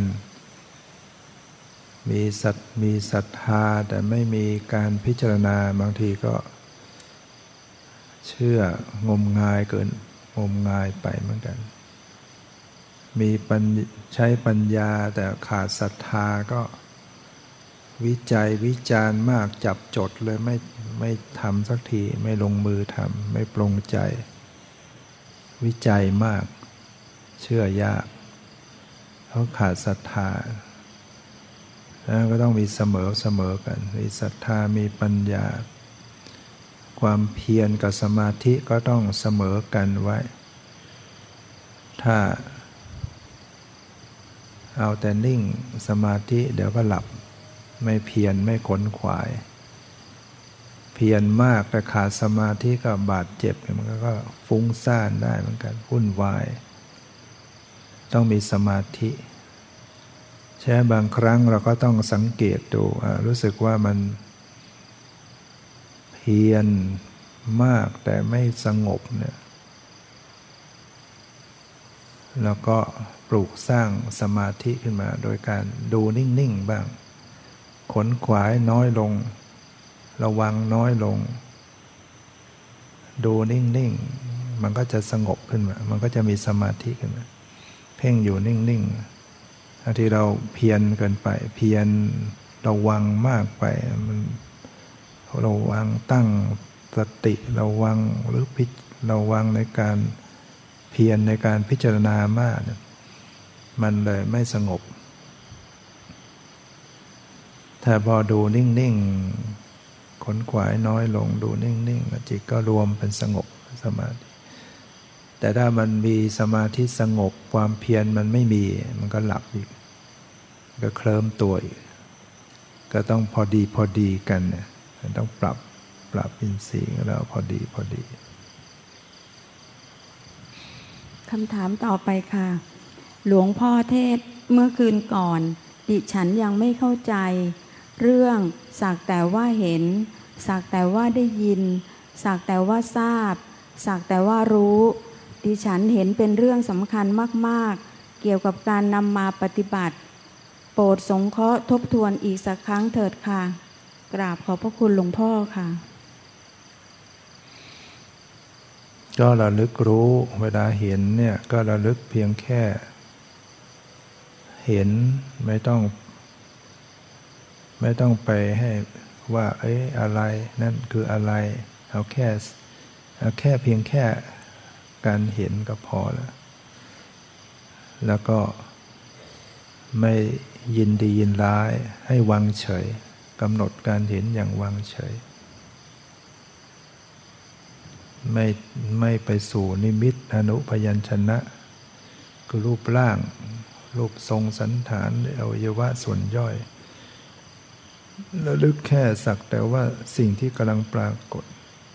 มีสัตมีศรัทธาแต่ไม่มีการพิจารณาบางทีก็เชื่องมงายเกินงมงายไปเหมือนกันมีปัญใช้ปัญญาแต่ขาดศรัทธาก็วิจัยวิจารณ์มากจับจดเลยไม่ไม่ทำสักทีไม่ลงมือทำไม่ปรงใจวิจัยมากเชื่อยากเพราะขาดศรัทธาแล้วก็ต้องมีเสมอเสมอกันมีศรัทธามีปัญญาความเพียรกับสมาธิก็ต้องเสมอกันไว้ถ้าเอาแต่นิ่งสมาธิเดี๋ยวก็หลับไม่เพียรไม่ขนขวายเพียรมากแต่ขาดสมาธิก็บาดเจ็บมันก็ฟุ้งซ่านได้เหมือนกันวุ่นวายต้องมีสมาธิใช่บางครั้งเราก็ต้องสังเกตดูรู้สึกว่ามันเพียรมากแต่ไม่สงบเนี่ยแล้วก็ปลูกสร้างสมาธิขึ้นมาโดยการดูนิ่งๆบ้างขนขวายน้อยลงระวังน้อยลงดูนิ่งๆมันก็จะสงบขึ้นมามันก็จะมีสมาธิขึ้นมาเพ่งอยู่นิ่งๆบางทีเราเพียรเกินไปเพียรระวังมากไปมันระวังตั้งสติระวังหรือพิระวังในการเพียรในการพิจารณามากมันเลยไม่สงบถ้าพอดูนิ่งๆขนขวายน้อยลงดูนิ่งๆจิตก็รวมเป็นสงบสมาธิแต่ถ้ามันมีสมาธิสงบความเพียรมันไม่มีมันก็หลับอีกก็เคลิ้มตัวอีกก็ต้องพอดีพอดีกันเนี่ยต้องปรับปรับอินทรีย์แล้วพอดีพอดีคำถามต่อไปค่ะหลวงพ่อเทศเมื่อคืนก่อนดิฉันยังไม่เข้าใจเรื่องสักแต่ว่าเห็นสักแต่ว่าได้ยินสักแต่ว่าทราบสักแต่ว่ารู้ดิฉันเห็นเป็นเรื่องสำคัญมากๆเกี่ยวกับการนำมาปฏิบัติโปรดสงเคราะห์ทบทวนอีกสักครั้งเถิดค่ะกราบขอบพระคุณหลวงพ่อค่ะก็ระลึกรู้เวลาเห็นเนี่ยก็ระลึกเพียงแค่เห็นไม่ต้องไม่ต้องไปให้ว่าเอ๊ะอะไรนั่นคืออะไรเอาแค่เอาแค่เพียงแค่การเห็นก็พอแล้วแล้วก็ไม่ยินดียินร้ายให้วางเฉยกำหนดการเห็นอย่างวางเฉยไม่ไม่ไปสู่นิมิตอนุพยัญชนะคือรูปร่างรูปทรงสันฐานอวัยวะส่วนย่อยระลึกแค่สักแต่ว่าสิ่งที่กำลังปรากฏ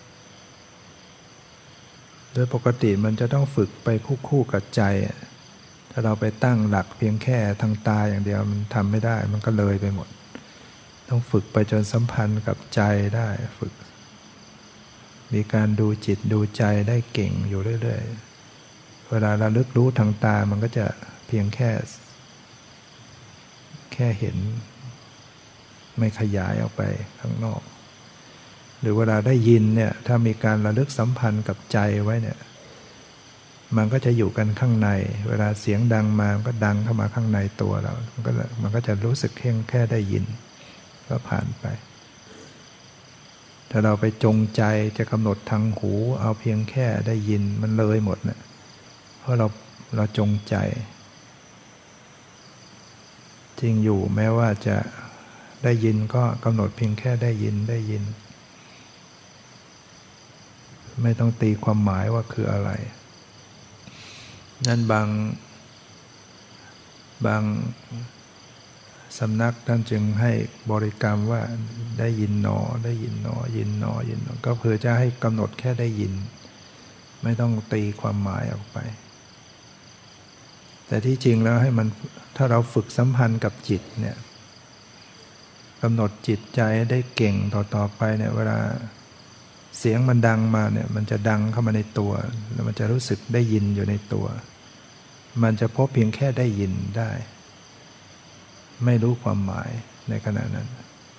โดยปกติมันจะต้องฝึกไปคู่ๆกับใจถ้าเราไปตั้งหลักเพียงแค่ทางตาอย่างเดียวมันทำไม่ได้มันก็เลยไปหมดต้องฝึกไปจนสัมพันธ์กับใจได้ฝึกมีการดูจิตดูใจได้เก่งอยู่เรื่อยๆเวลาเราลึกรู้ทางตามันก็จะเพียงแค่แค่เห็นไม่ขยายออกไปข้างนอกหรือเวลาได้ยินเนี่ยถ้ามีการระลึกสัมพันธ์กับใจไว้เนี่ยมันก็จะอยู่กันข้างในเวลาเสียงดังมามันก็ดังเข้ามาข้างในตัวเรามันก็มันก็จะรู้สึกเพียงแค่ได้ยินก็ผ่านไปถ้าเราไปจงใจจะกำหนดทางหูเอาเพียงแค่ได้ยินมันเลยหมดเนี่ยเพราะเราเราจงใจจริงอยู่แม้ว่าจะได้ยินก็กำหนดเพียงแค่ได้ยินได้ยินไม่ต้องตีความหมายว่าคืออะไรนั่นบางบางสำนักท่านจึงให้บริกรรมว่าได้ยินหนอได้ยินหนอยินหนอยินหนอก็เพื่อจะให้กำหนดแค่ได้ยินไม่ต้องตีความหมายออกไปแต่ที่จริงแล้วให้มันถ้าเราฝึกสัมพันธ์กับจิตเนี่ยกำหนดจิตใจได้เก่งต่อๆไปเนี่ยเวลาเสียงมันดังมาเนี่ยมันจะดังเข้ามาในตัวแล้วมันจะรู้สึกได้ยินอยู่ในตัวมันจะพบเพียงแค่ได้ยินได้ไม่รู้ความหมายในขณะนั้น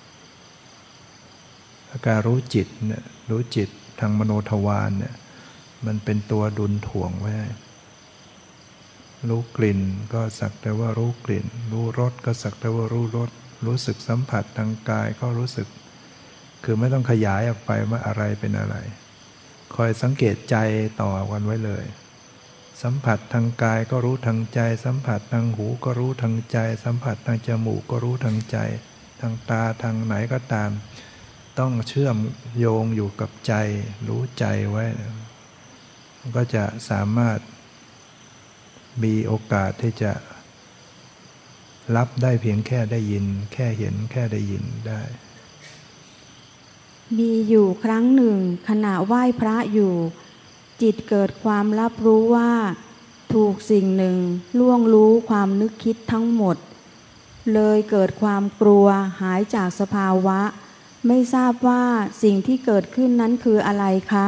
อาการรู้จิตเนี่ยรู้จิตทางมโนทวารเนี่ยมันเป็นตัวดุลถ่วงไว้รู้กลิ่นก็สักแต่ว่ารู้กลิ่นรู้รสก็สักแต่ว่ารู้รสรู้สึกสัมผัสทางกายก็รู้สึกคือไม่ต้องขยายออกไปว่าอะไรเป็นอะไรคอยสังเกตใจต่อกันไว้เลยสัมผัสทางกายก็รู้ทางใจสัมผัสทางหูก็รู้ทางใจสัมผัสทางจมูกก็รู้ทางใจทางตาทางไหนก็ตามต้องเชื่อมโยงอยู่กับใจรู้ใจไว้ก็จะสามารถมีโอกาสที่จะรับได้เพียงแค่ได้ยินแค่เห็นแค่ได้ยินได้มีอยู่ครั้งหนึ่งขณะไหว้พระอยู่จิตเกิดความรับรู้ว่าถูกสิ่งหนึ่งล่วงรู้ความนึกคิดทั้งหมดเลยเกิดความกลัวหายจากสภาวะไม่ทราบว่าสิ่งที่เกิดขึ้นนั้นคืออะไรคะ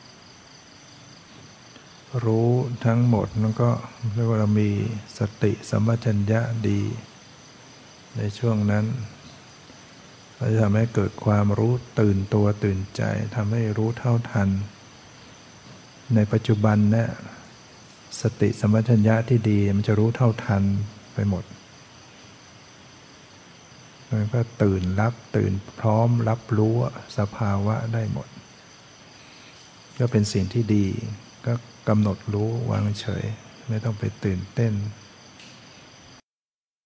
รู้ทั้งหมดแล้วก็เรียกว่าเรามีสติสัมปชัญญะดีในช่วงนั้นเราจะทำให้เกิดความรู้ตื่นตัวตื่นใจทำให้รู้เท่าทันในปัจจุบันเนี่ยสติสัมปชัญญะที่ดีมันจะรู้เท่าทันไปหมดมันก็ตื่นรับตื่นพร้อมรับรู้สภาวะได้หมดก็เป็นสิ่งที่ดีก็กำหนดรู้วางเฉยไม่ต้องไปตื่นเต้น